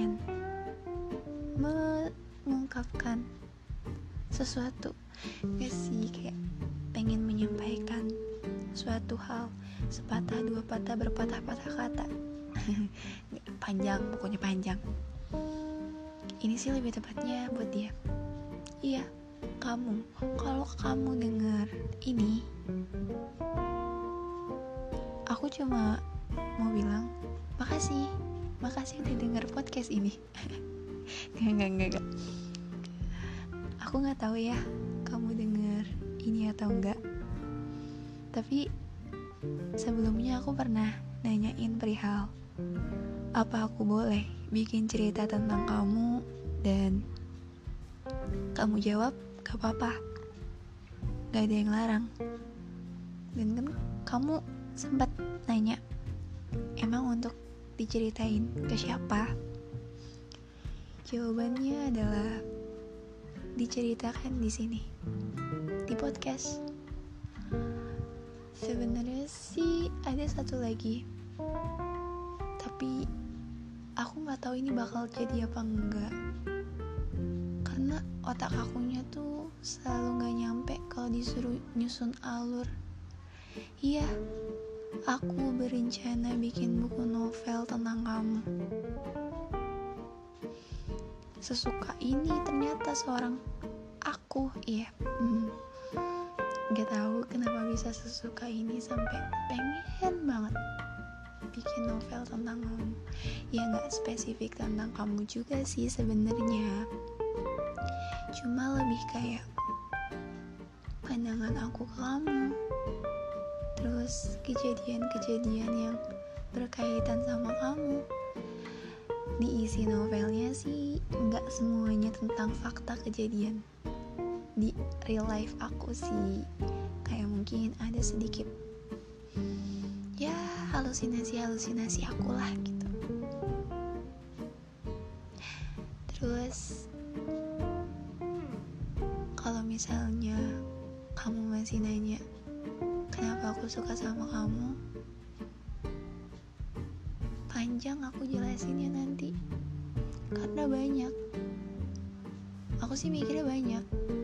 pengen mengungkapkan sesuatu, gak sih, kayak pengen menyampaikan suatu hal, sepatah dua patah berpatah-patah kata. Panjang, pokoknya panjang. Ini sih lebih tepatnya buat dia. Iya, kamu, kalau kamu dengar ini, aku cuma mau bilang makasih udah denger podcast ini. Enggak. Aku nggak tahu ya kamu denger ini atau enggak. Tapi sebelumnya aku pernah nanyain perihal apa aku boleh bikin cerita tentang kamu, dan kamu jawab gak apa-apa, gak ada yang larang. Dan kan kamu sempat nanya, emang untuk diceritain ke siapa? Jawabannya adalah diceritakan di sini, di podcast. Sebenarnya sih ada satu lagi, tapi aku nggak tahu ini bakal jadi apa enggak, karena otak akunya tuh selalu nggak nyampe kalau disuruh nyusun alur. Iya, aku berencana bikin buku novel tentang kamu. Sesuka ini ternyata seorang aku, iya. Gak tahu kenapa bisa sesuka ini sampai pengen banget bikin novel tentang kamu. Ya gak spesifik tentang kamu juga sih sebenarnya, cuma lebih kayak pandangan aku ke kamu, terus kejadian-kejadian yang berkaitan sama kamu. Diisi novelnya sih nggak semuanya tentang fakta kejadian di real life aku sih, kayak mungkin ada sedikit ya halusinasi aku lah gitu. Terus kalau misalnya kamu masih nanya kenapa aku suka sama kamu, panjang aku jelasinnya nanti, karena banyak. Aku sih mikirnya banyak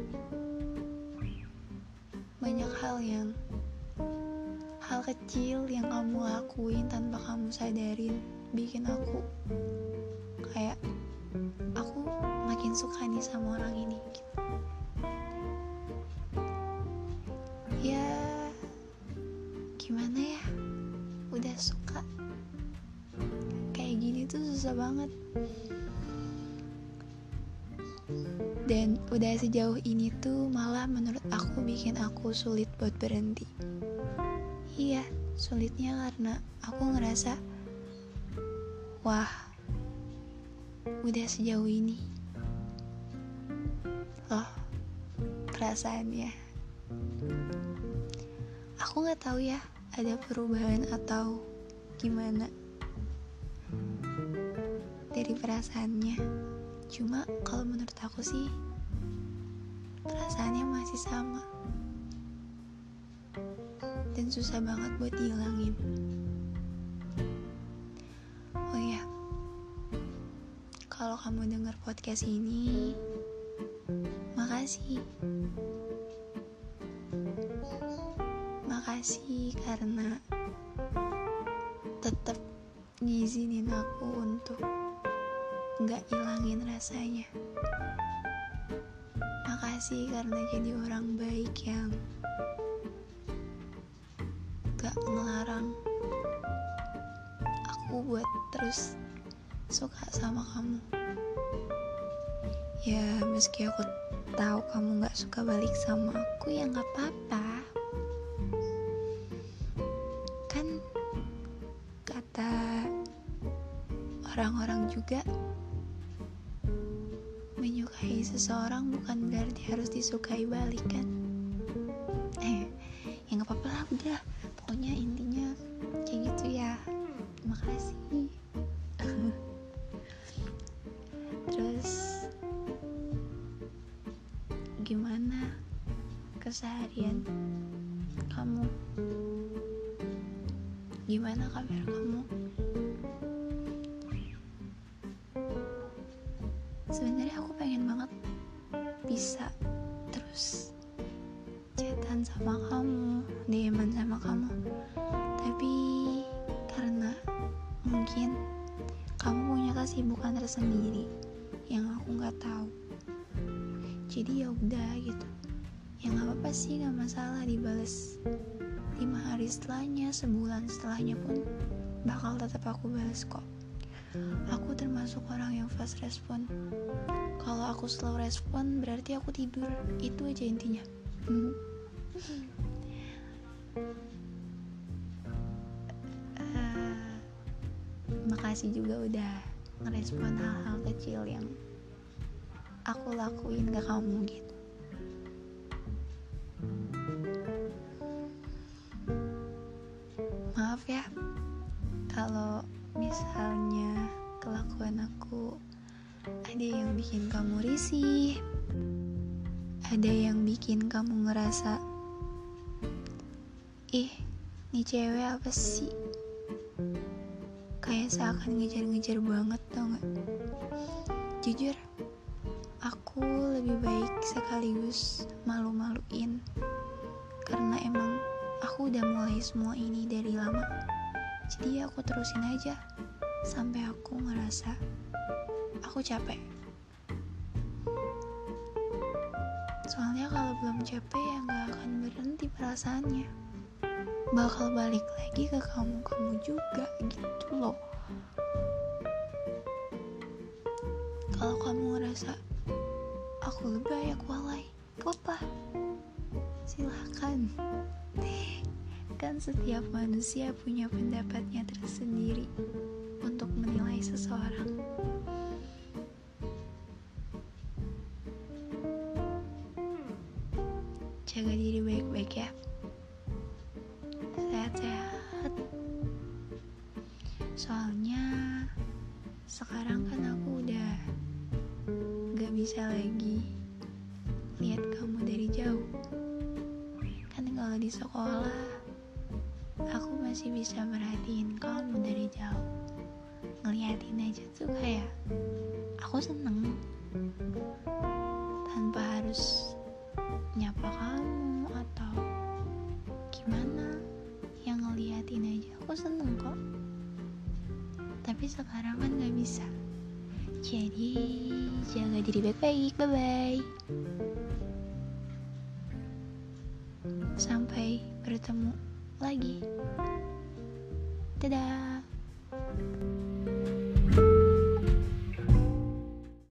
hal kecil yang kamu lakuin tanpa kamu sadarin bikin aku kayak aku makin suka nih sama orang ini gitu. Ya gimana ya, udah suka kayak gini tuh susah banget. Dan udah sejauh ini tuh malah menurut aku bikin aku sulit buat berhenti. Iya, sulitnya karena aku ngerasa wah, udah sejauh ini loh perasaannya. Aku gak tahu ya ada perubahan atau gimana dari perasaannya. Cuma kalau menurut aku sih perasaannya masih sama dan susah banget buat dihilangin. Oh iya, kalau kamu dengar podcast ini, makasih karena tetap ngizinin aku untuk gak ilangin rasanya. Makasih karena jadi orang baik yang gak ngelarang aku buat terus suka sama kamu. Ya meski aku tahu kamu gak suka balik sama aku, ya gak apa-apa. Kan kata orang-orang juga, menyukai seseorang bukan berarti harus disukai balik kan. Ya gak apa-apa lah, udah. Pokoknya intinya kayak gitu ya. Makasih. Terus gimana keseharian kamu? Gimana kabar kamu? Sebenarnya aku pengen banget bisa terus chatan sama kamu, DM-an sama kamu, tapi karena mungkin kamu punya kesibukan tersendiri yang aku nggak tahu, jadi ya udah gitu. Ya nggak apa-apa sih, nggak masalah dibales 5 hari setelahnya, sebulan setelahnya pun bakal tetap aku balas kok. Aku termasuk orang yang fast respon. Kalau aku slow respon berarti aku tidur, itu aja intinya. Makasih juga udah ngerespon hal-hal kecil yang aku lakuin ke kamu gitu. Maaf ya kalau misalnya kelakuan aku ada yang bikin kamu risih, ada yang bikin kamu ngerasa ih, nih cewek apa sih, kayak seakan ngejar-ngejar banget, tau gak? Jujur, aku lebih baik sekaligus malu-maluin, karena emang aku udah mulai semua ini dari lama. Jadi aku terusin aja sampai aku ngerasa aku capek. Soalnya kalau belum capek ya gak akan berhenti perasaannya, bakal balik lagi ke kamu juga gitu loh. Kalau kamu ngerasa aku lebay, aku alay, gak apa, silahkan. Kan setiap manusia punya pendapatnya tersendiri untuk menilai seseorang. Jaga diri baik-baik ya, sehat-sehat. Soalnya sekarang kan aku udah gak bisa lagi lihat kamu dari jauh. Kan kalau di sekolah aku masih bisa merhatiin kamu dari jauh. Ngeliatin aja tuh kayak aku seneng, tanpa harus nyapa kamu atau gimana. Yang ngeliatin aja aku seneng kok. Tapi sekarang kan gak bisa. Jadi jaga diri baik-baik. Bye-bye. Sampai bertemu lagi. Dadah.